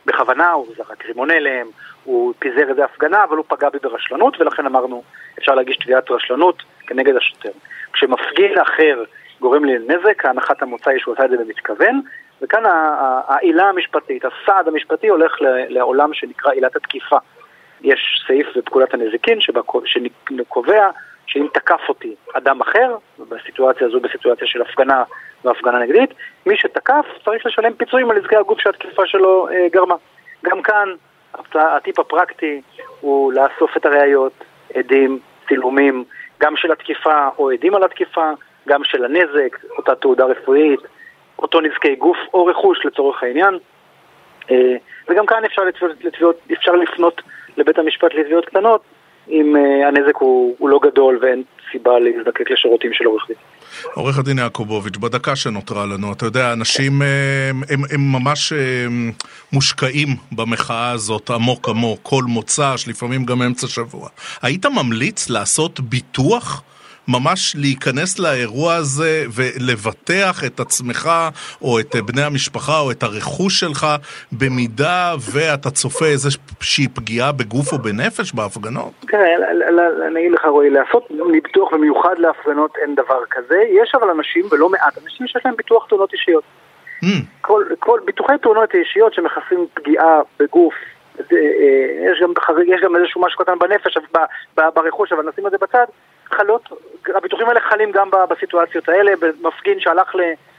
בכוונה, הוא זרק רימון הלם, הוא פיזר איזה הפגנה, אבל הוא פגע בי ברשלנות, ולכן אמרנו, אפשר להגיש תביעת רשלנות כנגד השוטר. כשמפגין אחר גורם לי נזק, ההנחת המוצא היא שהוא עשה את זה במתכוון, וכאן העילה המשפטית, הסעד המשפטי הולך לעולם שנקרא עילת התקיפה. יש סעיף בפקודת הנזיקין שקובע שאם תקף אותי אדם אחר, בסיטואציה הזו בסיטואציה של הפגנה והפגנה נגדית, מי שתקף צריך לשלם פיצויים על נזקי הגוף שהתקיפה שלו אה, גרמה. גם כאן הטיפ הפרקטי הוא לאסוף את הראיות, עדים, צילומים, גם של התקיפה או עדים על התקיפה, גם של הנזק, אותה תעודה רפואית, אותו נזקי גוף או רכוש לצורך העניין. אה, וגם כאן אפשר, לתביעות, לתביעות, אפשר לפנות לבית המשפט לתביעות קטנות, אם uh, הנזק הוא, הוא לא גדול ואין סיבה להזדקק לשירותים של עורך דין. עורך הדין יעקובוביץ', בדקה שנותרה לנו, אתה יודע, אנשים הם, הם, הם ממש הם, מושקעים במחאה הזאת עמוק עמוק, כל מוצ"ש, לפעמים גם אמצע שבוע. היית ממליץ לעשות ביטוח? ממש להיכנס לאירוע הזה ולבטח את עצמך או את בני המשפחה או את הרכוש שלך במידה ואתה צופה איזושהי פגיעה בגוף או בנפש בהפגנות? כן, אני אגיד לך רואי, לעשות ביטוח במיוחד להפגנות אין דבר כזה. יש אבל אנשים ולא מעט אנשים שיש להם ביטוח תאונות אישיות. כל, כל ביטוחי תאונות אישיות שמכסים פגיעה בגוף, יש גם חריג, יש גם איזשהו משהו קטן בנפש, ברכוש, אבל נשים את זה בצד. חלות, הביטוחים האלה חלים גם בסיטואציות האלה. במפגין שהלך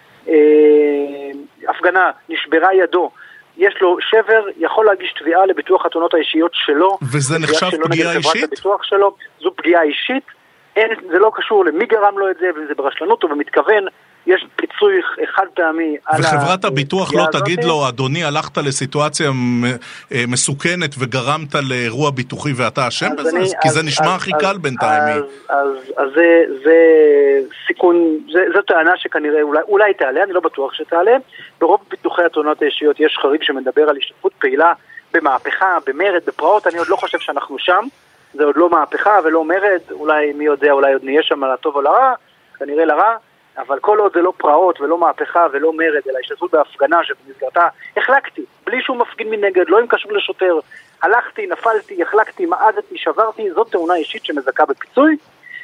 להפגנה, נשברה ידו, יש לו שבר, יכול להגיש תביעה לביטוח התאונות האישיות שלו. וזה נחשב פגיעה אישית? שלו, זו פגיעה אישית. אין, זה לא קשור למי גרם לו את זה, וזה ברשלנות או במתכוון. יש פיצוי חד פעמי. וחברת הביטוח לא תגיד לו, אדוני, הלכת לסיטואציה מסוכנת וגרמת לאירוע ביטוחי ואתה אשם בזה? כי זה נשמע הכי קל בינתיים. אז זה סיכון, זו טענה שכנראה אולי תעלה, אני לא בטוח שתעלה. ברוב ביטוחי התאונות האישיות יש חריג שמדבר על השתתפות פעילה במהפכה, במרד, בפרעות. אני עוד לא חושב שאנחנו שם. זה עוד לא מהפכה ולא מרד. אולי מי יודע, אולי עוד נהיה שם לטוב או לרע, כנראה לרע. אבל כל עוד זה לא פרעות ולא מהפכה ולא מרד, אלא השתתפות בהפגנה שבמסגרתה החלקתי, בלי שום מפגין מנגד, לא עם קשור לשוטר, הלכתי, נפלתי, החלקתי, מעדתי, שברתי, זאת תאונה אישית שמזכה בפיצוי,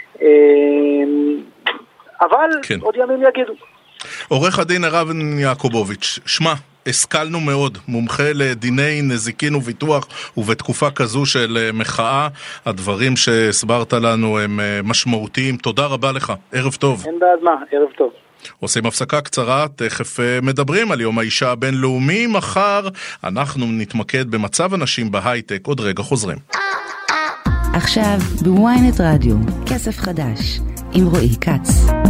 אבל כן. עוד ימים יגידו. עורך הדין הרב יעקובוביץ', שמה, השכלנו מאוד, מומחה לדיני נזיקין וביטוח, ובתקופה כזו של מחאה, הדברים שהסברת לנו הם משמעותיים. תודה רבה לך, ערב טוב. אין בעד מה, ערב טוב. עושים הפסקה קצרה, תכף מדברים על יום האישה הבינלאומי. מחר אנחנו נתמקד במצב הנשים בהייטק, עוד רגע חוזרים. עכשיו בוויינט רדיו, כסף חדש, עם רועי קץ.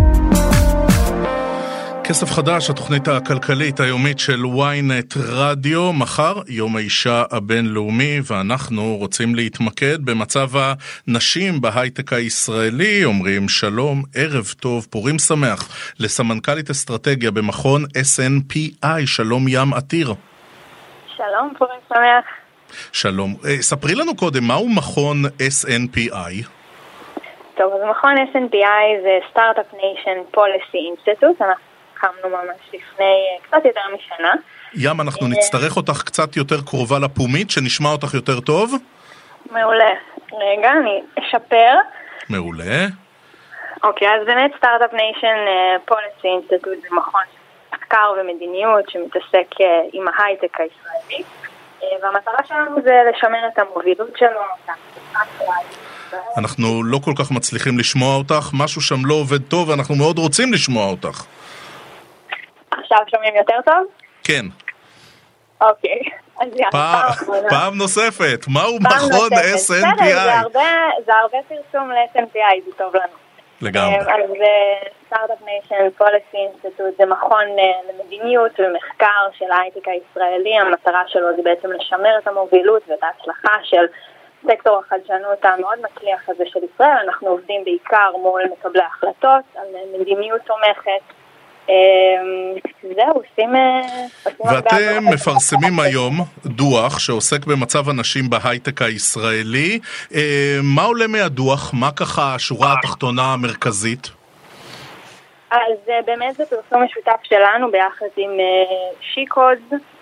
כסף חדש, התוכנית הכלכלית היומית של וויינט רדיו. מחר יום האישה הבינלאומי, ואנחנו רוצים להתמקד במצב הנשים בהייטק הישראלי. אומרים שלום, ערב טוב, פורים שמח לסמנכ"לית אסטרטגיה במכון אס אן פי איי. שלום ים עתיר. שלום, פורים שמח. שלום. ספרי לנו קודם, מהו מכון אס אן פי איי? טוב, אז מכון אס אן פי איי זה Startup Nation Policy Institute. אנחנו קמנו ממש לפני קצת יותר משנה. ים, אנחנו נצטרך אותך קצת יותר קרובה לפומית, שנשמע אותך יותר טוב. מעולה. רגע, אני אשפר. מעולה. אוקיי, אז באמת Startup Nation Policy Institute זה מכון מחקר ומדיניות שמתעסק עם ההייטק הישראלי, והמטרה שלנו זה לשמר את המובילות שלו. אנחנו לא כל כך מצליחים לשמוע אותך, משהו שם לא עובד טוב, ואנחנו מאוד רוצים לשמוע אותך. עכשיו שומעים יותר טוב? כן. אוקיי. פעם נוספת, מהו מכון אס אן פי איי? זה הרבה פרסום ל-אס אן פי איי, זה טוב לנו. לגמרי. אז זה Startup Nation Policy Institute, זה מכון למדיניות ומחקר של ההייטק הישראלי. המטרה שלו זה בעצם לשמר את המובילות ואת ההצלחה של סקטור החדשנות המאוד מצליח הזה של ישראל. אנחנו עובדים בעיקר מול מקבלי החלטות, על מדיניות תומכת. זהו, עושים... ואתם מפרסמים היום דוח שעוסק במצב הנשים בהייטק הישראלי. מה עולה מהדוח? מה ככה השורה התחתונה המרכזית? אז באמת זה פרסום משותף שלנו ביחד עם שיקוד,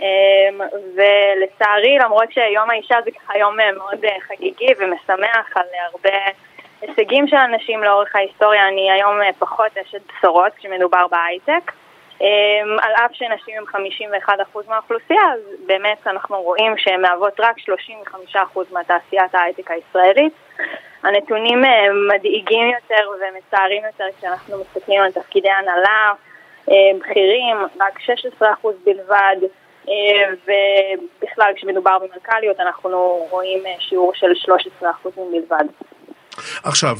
ולצערי למרות שיום האישה זה ככה יום מאוד חגיגי ומשמח על הרבה הישגים של אנשים לאורך ההיסטוריה, אני היום פחות אשת בשורות כשמדובר בהייטק. על אף שנשים הם חמישים ואחד אחוז מהאוכלוסייה, אז באמת אנחנו רואים שהן מהוות רק שלושים וחמישה אחוז מהתעשיית ההייטק הישראלית. הנתונים מדאיגים יותר ומצערים יותר כשאנחנו מסתכלים על תפקידי הנהלה, בכירים, רק שש עשרה אחוז בלבד, ובכלל כשמדובר במנכ"ליות אנחנו רואים שיעור של שלושה עשר אחוז בלבד. עכשיו,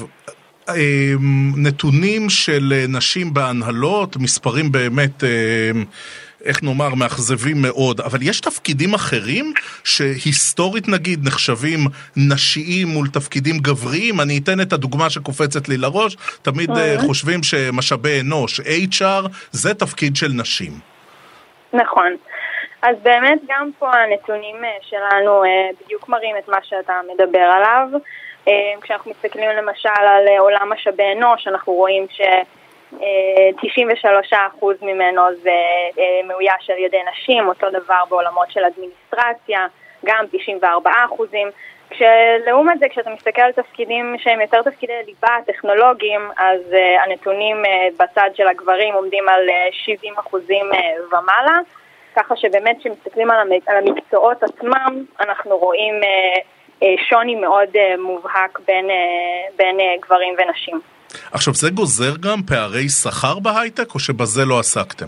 נתונים של נשים בהנהלות, מספרים באמת, איך נאמר, מאכזבים מאוד, אבל יש תפקידים אחרים שהיסטורית נגיד נחשבים נשיים מול תפקידים גבריים. אני אתן את הדוגמה שקופצת לי לראש, תמיד חושבים שמשאבי אנוש, אייץ' אר, זה תפקיד של נשים. נכון. אז באמת גם פה הנתונים שלנו בדיוק מראים את מה שאתה מדבר עליו. כשאנחנו מסתכלים למשל על עולם משאבי אנוש, אנחנו רואים ש-תשעים ושלושה אחוז ממנו זה מאויש על ידי נשים, אותו דבר בעולמות של אדמיניסטרציה, גם תשעים וארבעה אחוזים. כשלעומת זה, כשאתה מסתכל על תפקידים שהם יותר תפקידי ליבה, טכנולוגיים, אז הנתונים בצד של הגברים עומדים על שבעים אחוזים ומעלה, ככה שבאמת כשמסתכלים על המקצועות עצמם, אנחנו רואים שוני מאוד מובהק בין, בין גברים ונשים. עכשיו, זה גוזר גם פערי שכר בהייטק, או שבזה לא עסקתם?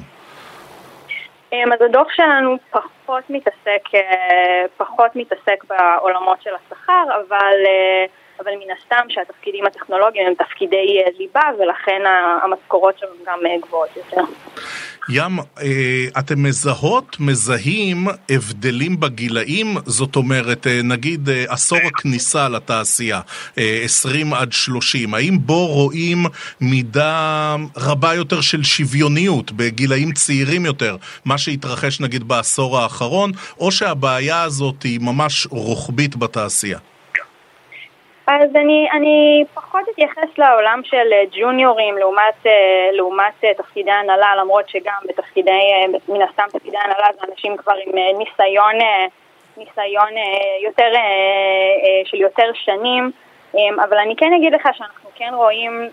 אז הדוח שלנו פחות מתעסק, פחות מתעסק בעולמות של השכר, אבל, אבל מן הסתם שהתפקידים הטכנולוגיים הם תפקידי ליבה, ולכן המשכורות שלנו גם גבוהות יותר. ים, אתם מזהות, מזהים הבדלים בגילאים, זאת אומרת, נגיד עשור הכניסה לתעשייה, עשרים עד שלושים, האם בו רואים מידה רבה יותר של שוויוניות בגילאים צעירים יותר, מה שהתרחש נגיד בעשור האחרון, או שהבעיה הזאת היא ממש רוחבית בתעשייה? אז אני, אני פחות אתייחס לעולם של ג'וניורים לעומת, לעומת תפקידי הנהלה, למרות שגם בתפקידי, מן הסתם תפקידי הנהלה זה אנשים כבר עם ניסיון, ניסיון יותר, של יותר שנים, אבל אני כן אגיד לך שאנחנו כן רואים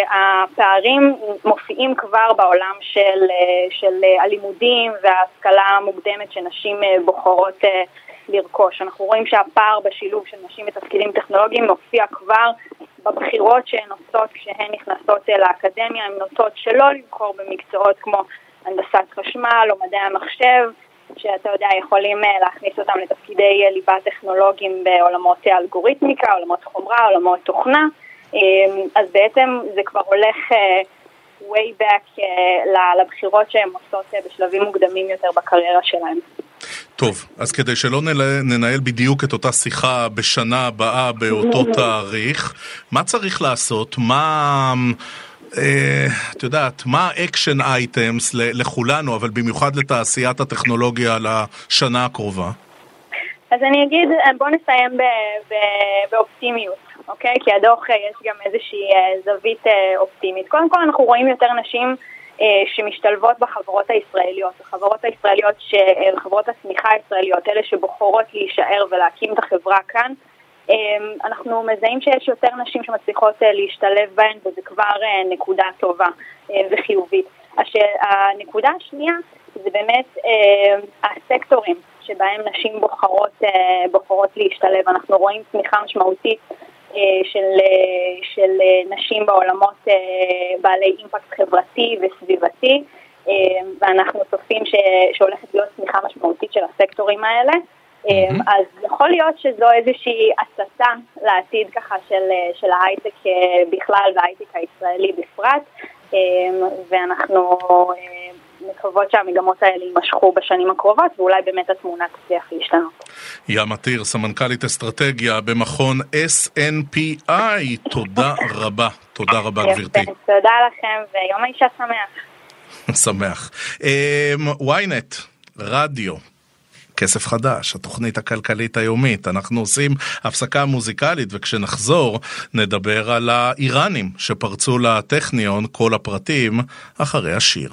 שהפערים מופיעים כבר בעולם של, של הלימודים וההשכלה המוקדמת שנשים בוחרות לרכוש. אנחנו רואים שהפער בשילוב של נשים בתפקידים טכנולוגיים מופיע כבר בבחירות שהן עושות כשהן נכנסות לאקדמיה, הן נוטות שלא לבחור במקצועות כמו הנדסת חשמל או מדעי המחשב, שאתה יודע יכולים להכניס אותם לתפקידי ליבה טכנולוגיים בעולמות אלגוריתמיקה, עולמות חומרה, עולמות תוכנה, אז בעצם זה כבר הולך way back לבחירות שהן עושות בשלבים מוקדמים יותר בקריירה שלהם. טוב, אז כדי שלא ננהל בדיוק את אותה שיחה בשנה הבאה באותו תאריך, מה צריך לעשות? מה, אה, את יודעת, מה אקשן אייטמס לכולנו, אבל במיוחד לתעשיית הטכנולוגיה לשנה הקרובה? אז אני אגיד, בוא נסיים ב- ב- באופטימיות, אוקיי? כי הדוח יש גם איזושהי זווית אופטימית. קודם כל אנחנו רואים יותר נשים שמשתלבות בחברות הישראליות, החברות הישראליות, חברות הצמיחה הישראליות, אלה שבוחרות להישאר ולהקים את החברה כאן. אנחנו מזהים שיש יותר נשים שמצליחות להשתלב בהן, וזה כבר נקודה טובה וחיובית. הנקודה השנייה זה באמת הסקטורים שבהם נשים בוחרות, בוחרות להשתלב. אנחנו רואים צמיחה משמעותית של, של נשים בעולמות בעלי אימפקט חברתי וסביבתי, ואנחנו צופים ש, שהולכת להיות צמיחה משמעותית של הסקטורים האלה. אז יכול להיות שזו איזושהי הצצה לעתיד ככה של, של ההייטק בכלל וההייטק הישראלי בפרט, ואנחנו מקוות שהמגמות האלה יימשכו בשנים הקרובות, ואולי באמת התמונה תצליח להשתנות. ים עתיר, סמנכ"לית אסטרטגיה במכון אס אן פי איי, תודה רבה. תודה רבה, גברתי. תודה לכם, ויום האישה שמח. שמח. וויינט, רדיו, כסף חדש, התוכנית הכלכלית היומית. אנחנו עושים הפסקה מוזיקלית, וכשנחזור נדבר על האיראנים שפרצו לטכניון, כל הפרטים אחרי השיר.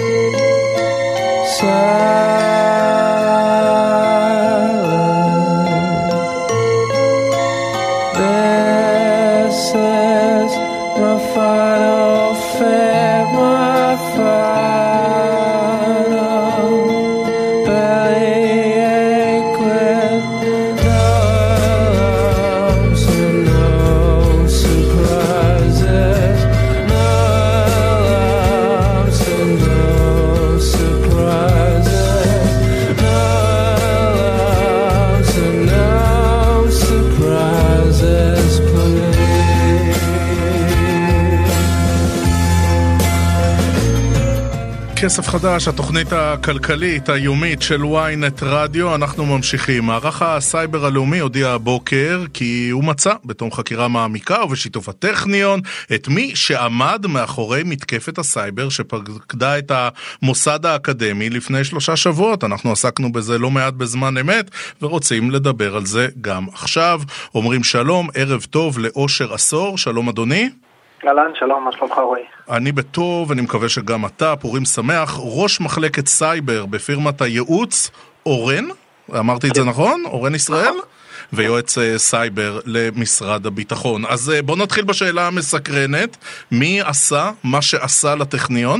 כסף חדש, התוכנית הכלכלית היומית של ynet רדיו. אנחנו ממשיכים. מערך הסייבר הלאומי הודיע הבוקר כי הוא מצא בתום חקירה מעמיקה ובשיתוף הטכניון את מי שעמד מאחורי מתקפת הסייבר שפקדה את המוסד האקדמי לפני שלושה שבועות. אנחנו עסקנו בזה לא מעט בזמן אמת ורוצים לדבר על זה גם עכשיו. אומרים שלום, ערב טוב לאושר עשור. שלום אדוני. אהלן, שלום, מה שלומך רועי? אני בטוב, אני מקווה שגם אתה. פורים שמח. ראש מחלקת סייבר בפירמת הייעוץ אורן, אמרתי את זה נכון? אורן ישראל? ויועץ סייבר למשרד הביטחון. אז בוא נתחיל בשאלה המסקרנת. מי עשה מה שעשה לטכניון?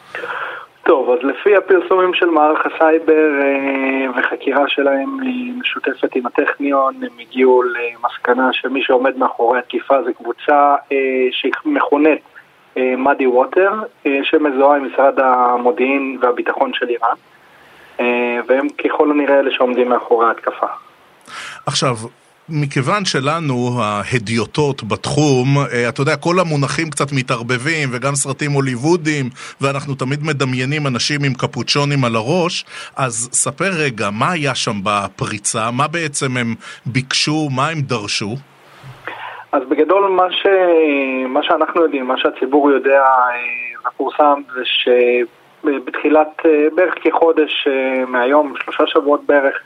טוב, אז לפי הפרסומים של מערך הסייבר וחקירה שלהם משותפת עם הטכניון, הם הגיעו למסקנה שמי שעומד מאחורי התקיפה זה קבוצה שמכונית מאדי ווטר, שמזוהה עם משרד המודיעין והביטחון של איראן, והם ככל הנראה אלה שעומדים מאחורי התקפה. עכשיו, מכיוון שלנו ההדיוטות בתחום, אתה יודע, כל המונחים קצת מתערבבים, וגם סרטים הוליוודיים, ואנחנו תמיד מדמיינים אנשים עם קפוצ'ונים על הראש, אז ספר רגע, מה היה שם בפריצה? מה בעצם הם ביקשו? מה הם דרשו? אז בגדול מה, ש... מה שאנחנו יודעים, מה שהציבור יודע ופורסם, זה שבתחילת בערך כחודש מהיום, שלושה שבועות בערך,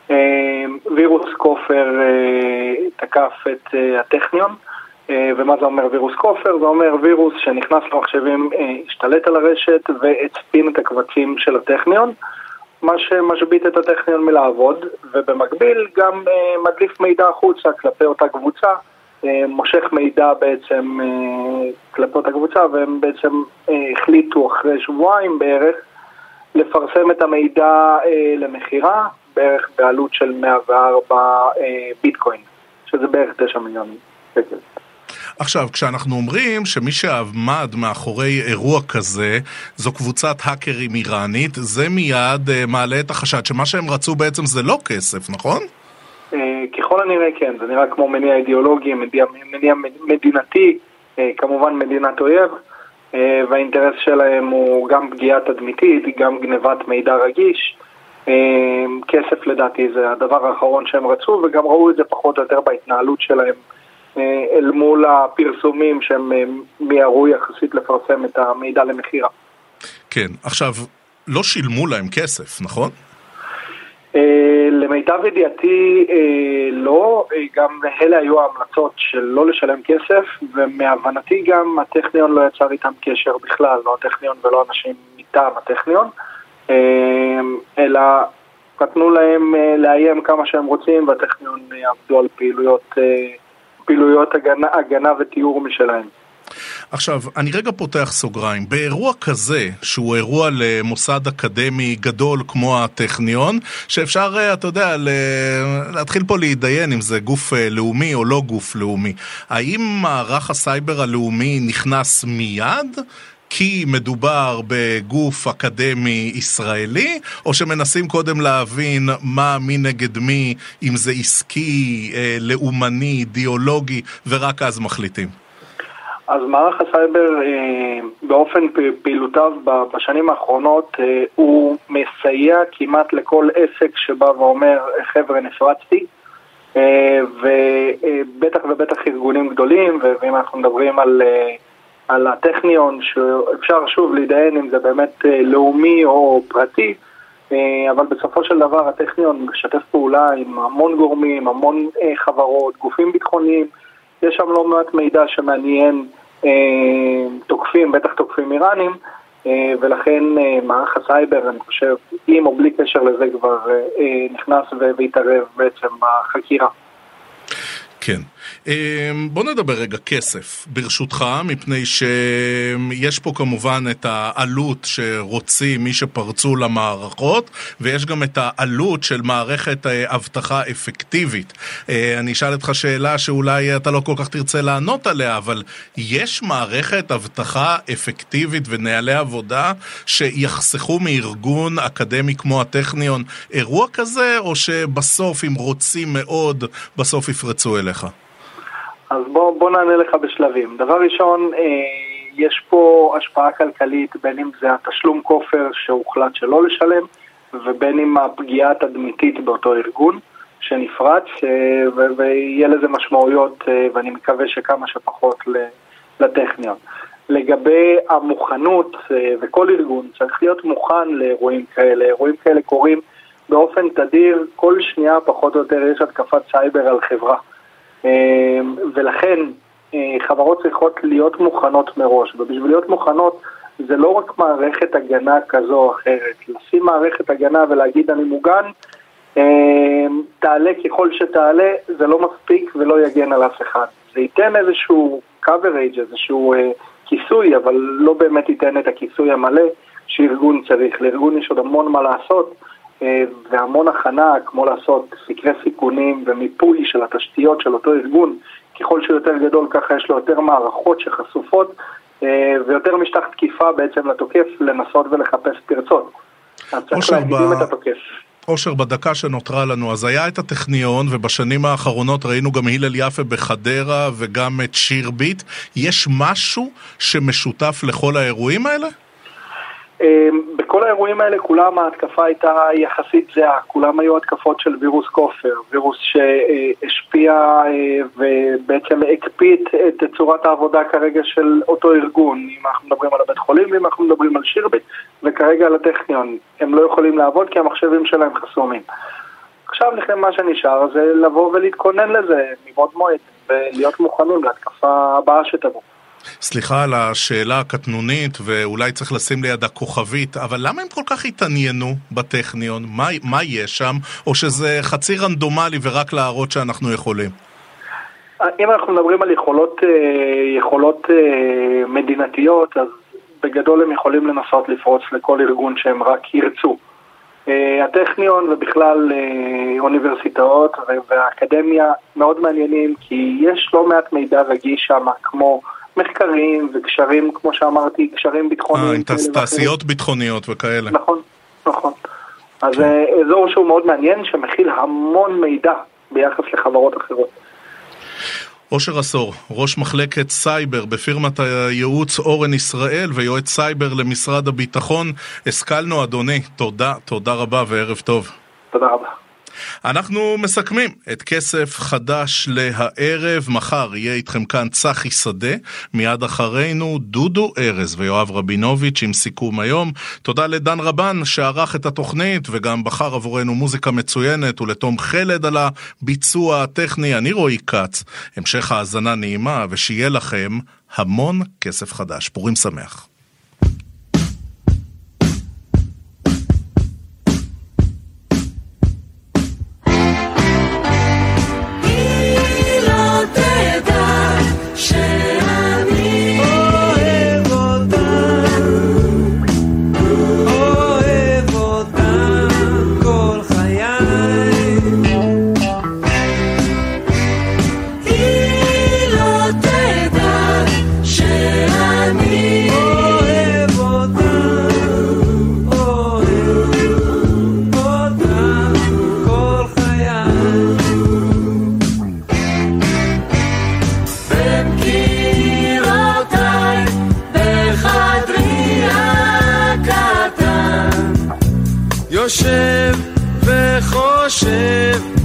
וירוס כופר תקף את הטכניון. ומה זה אומר וירוס כופר? זה אומר וירוס שנכנס למחשבים, השתלט על הרשת והצפין את הקבצים של הטכניון, מה שמשבית את הטכניון מלעבוד, ובמקביל גם מדליף מידע החוצה כלפי אותה קבוצה, מושך מידע בעצם כלפי אותה קבוצה, והם בעצם החליטו אחרי שבועיים בערך לפרסם את המידע למחירה, בערך בעלות של מאה וארבע ביטקוין, שזה בערך תשעה מיליון שקל. עכשיו, כשאנחנו אומרים שמי שעמד מאחורי אירוע כזה, זו קבוצת האקרים איראנית, זה מיד מעלה את החשד שמה שהם רצו בעצם זה לא כסף, נכון? ככל הנראה כן, זה נראה כמו מניע אידיאולוגי, מניע, מניע מדינתי, כמובן מדינת אויב, והאינטרס שלהם הוא גם פגיעה תדמיתית, גם גנבת מידע רגיש. כסף לדעתי זה הדבר האחרון שהם רצו, וגם ראו את זה פחות או יותר בהתנהלות שלהם אל מול הפרסומים שהם מיהרו יחסית לפרסם את המידע למחירה. כן, עכשיו, לא שילמו להם כסף, נכון? למיטב ידיעתי לא, גם אלה היו ההמלצות של לא לשלם כסף, ומהבנתי גם הטכניון לא יצר איתם קשר בכלל, לא הטכניון ולא אנשים מטעם הטכניון, אלא נתנו להם לאיים כמה שהם רוצים, והטכניון עבדו על פעילויות, פעילויות הגנה, הגנה ותיאור משלהם. עכשיו, אני רגע פותח סוגריים. באירוע כזה, שהוא אירוע למוסד אקדמי גדול כמו הטכניון, שאפשר, אתה יודע, להתחיל פה להידיין אם זה גוף לאומי או לא גוף לאומי. האם מערך הסייבר הלאומי נכנס מיד? כי מדובר בגוף אקדמי ישראלי, או שמנסים קודם להבין מה, מי נגד מי, אם זה עסקי, לאומני, אידיאולוגי, ורק אז מחליטים? אז מערך הסייבר באופן פעילותיו בשנים האחרונות הוא מסייע כמעט לכל עסק שבא ואומר חבר'ה נפרצתי, ובטח ובטח ארגונים גדולים, ואם אנחנו מדברים על, על הטכניון שאפשר שוב להידיין אם זה באמת לאומי או פרטי, אבל בסופו של דבר הטכניון משתף פעולה עם המון גורמים, המון חברות, גופים ביטחוניים, יש שם לא מעט מידע שמעניין תוקפים, בטח תוקפים איראנים, ולכן מערך הסייבר, אני חושב, עם או בלי קשר לזה כבר נכנס והתערב בעצם בחקירה. כן. בוא נדבר רגע כסף, ברשותך, מפני שיש פה כמובן את העלות שרוצים מי שפרצו למערכות, ויש גם את העלות של מערכת אבטחה אפקטיבית. אני אשאל אותך שאלה שאולי אתה לא כל כך תרצה לענות עליה, אבל יש מערכת אבטחה אפקטיבית ונהלי עבודה שיחסכו מארגון אקדמי כמו הטכניון אירוע כזה, או שבסוף אם רוצים מאוד, בסוף יפרצו אליך? אז בוא, בוא נענה לך בשלבים. דבר ראשון, אה, יש פה השפעה כלכלית, בין אם זה התשלום כופר שהוחלט שלא לשלם, ובין אם הפגיעה התדמיתית באותו ארגון שנפרץ, אה, ו- ויהיה לזה משמעויות, אה, ואני מקווה שכמה שפחות לטכניון. לגבי המוכנות, אה, וכל ארגון צריך להיות מוכן לאירועים כאלה. אירועים כאלה קורים באופן תדיר, כל שנייה פחות או יותר יש התקפת סייבר על חברה. ולכן חברות צריכות להיות מוכנות מראש, ובשביל להיות מוכנות זה לא רק מערכת הגנה כזו או אחרת, לשים מערכת הגנה ולהגיד אני מוגן, תעלה ככל שתעלה, זה לא מספיק ולא יגן על אף אחד. זה ייתן איזשהו coverage, איזשהו כיסוי, אבל לא באמת ייתן את הכיסוי המלא שארגון צריך. לארגון יש עוד המון מה לעשות, והמון הכנה, כמו לעשות סקרי סיכונים ומיפוי של התשתיות של אותו ארגון. ככל שהוא יותר גדול, ככה יש לו יותר מערכות שחשופות, ויותר משטח תקיפה בעצם לתוקף לנסות ולחפש פרצות. אז צריך להקדים את התוקף. אושר, בדקה שנותרה לנו, אז היה את הטכניון, ובשנים האחרונות ראינו גם הלל יפה בחדרה וגם את שירביט. יש משהו שמשותף לכל האירועים האלה? בכל האירועים האלה כולם ההתקפה הייתה יחסית זהה, כולם היו התקפות של וירוס כופר, וירוס שהשפיע ובעצם הקפיא את צורת העבודה כרגע של אותו ארגון, אם אנחנו מדברים על הבית חולים ואם אנחנו מדברים על שירביט וכרגע על הטכניון, הם לא יכולים לעבוד כי המחשבים שלהם חסומים. עכשיו לכם מה שנשאר זה לבוא ולהתכונן לזה מבעוד מועד ולהיות מוכנים להתקפה הבאה שתבוא. סליחה על השאלה הקטנונית, ואולי צריך לשים ליד הכוכבית, אבל למה הם כל כך התעניינו בטכניון? מה, מה יש שם? או שזה חצי רנדומלי ורק להראות שאנחנו יכולים? אם אנחנו מדברים על יכולות, יכולות מדינתיות, אז בגדול הם יכולים לנסות לפרוץ לכל ארגון שהם רק ירצו. הטכניון ובכלל אוניברסיטאות והאקדמיה מאוד מעניינים, כי יש לא מעט מידע רגיש שם, כמו מחקרים וקשרים, כמו שאמרתי, קשרים ביטחוניים. אה, תעשיות ביטחוניות וכאלה. נכון, נכון. אז זה אזור שהוא מאוד מעניין, שמכיל המון מידע ביחס לחברות אחרות. אושר עשור, ראש מחלקת סייבר בפירמת הייעוץ אורן ישראל ויועץ סייבר למשרד הביטחון. השכלנו אדוני, תודה, תודה רבה וערב טוב. תודה רבה. אנחנו מסכמים את כסף חדש להערב. מחר יהיה איתכם כאן צחי שדה, מיד אחרינו דודו ארז ויואב רבינוביץ' עם סיכום היום. תודה לדן רבן שערך את התוכנית וגם בחר עבורנו מוזיקה מצוינת, ולתום חלד על הביצוע הטכני. אני רועי קץ, המשך האזנה נעימה ושיהיה לכם המון כסף חדש. פורים שמח. יושב וחושב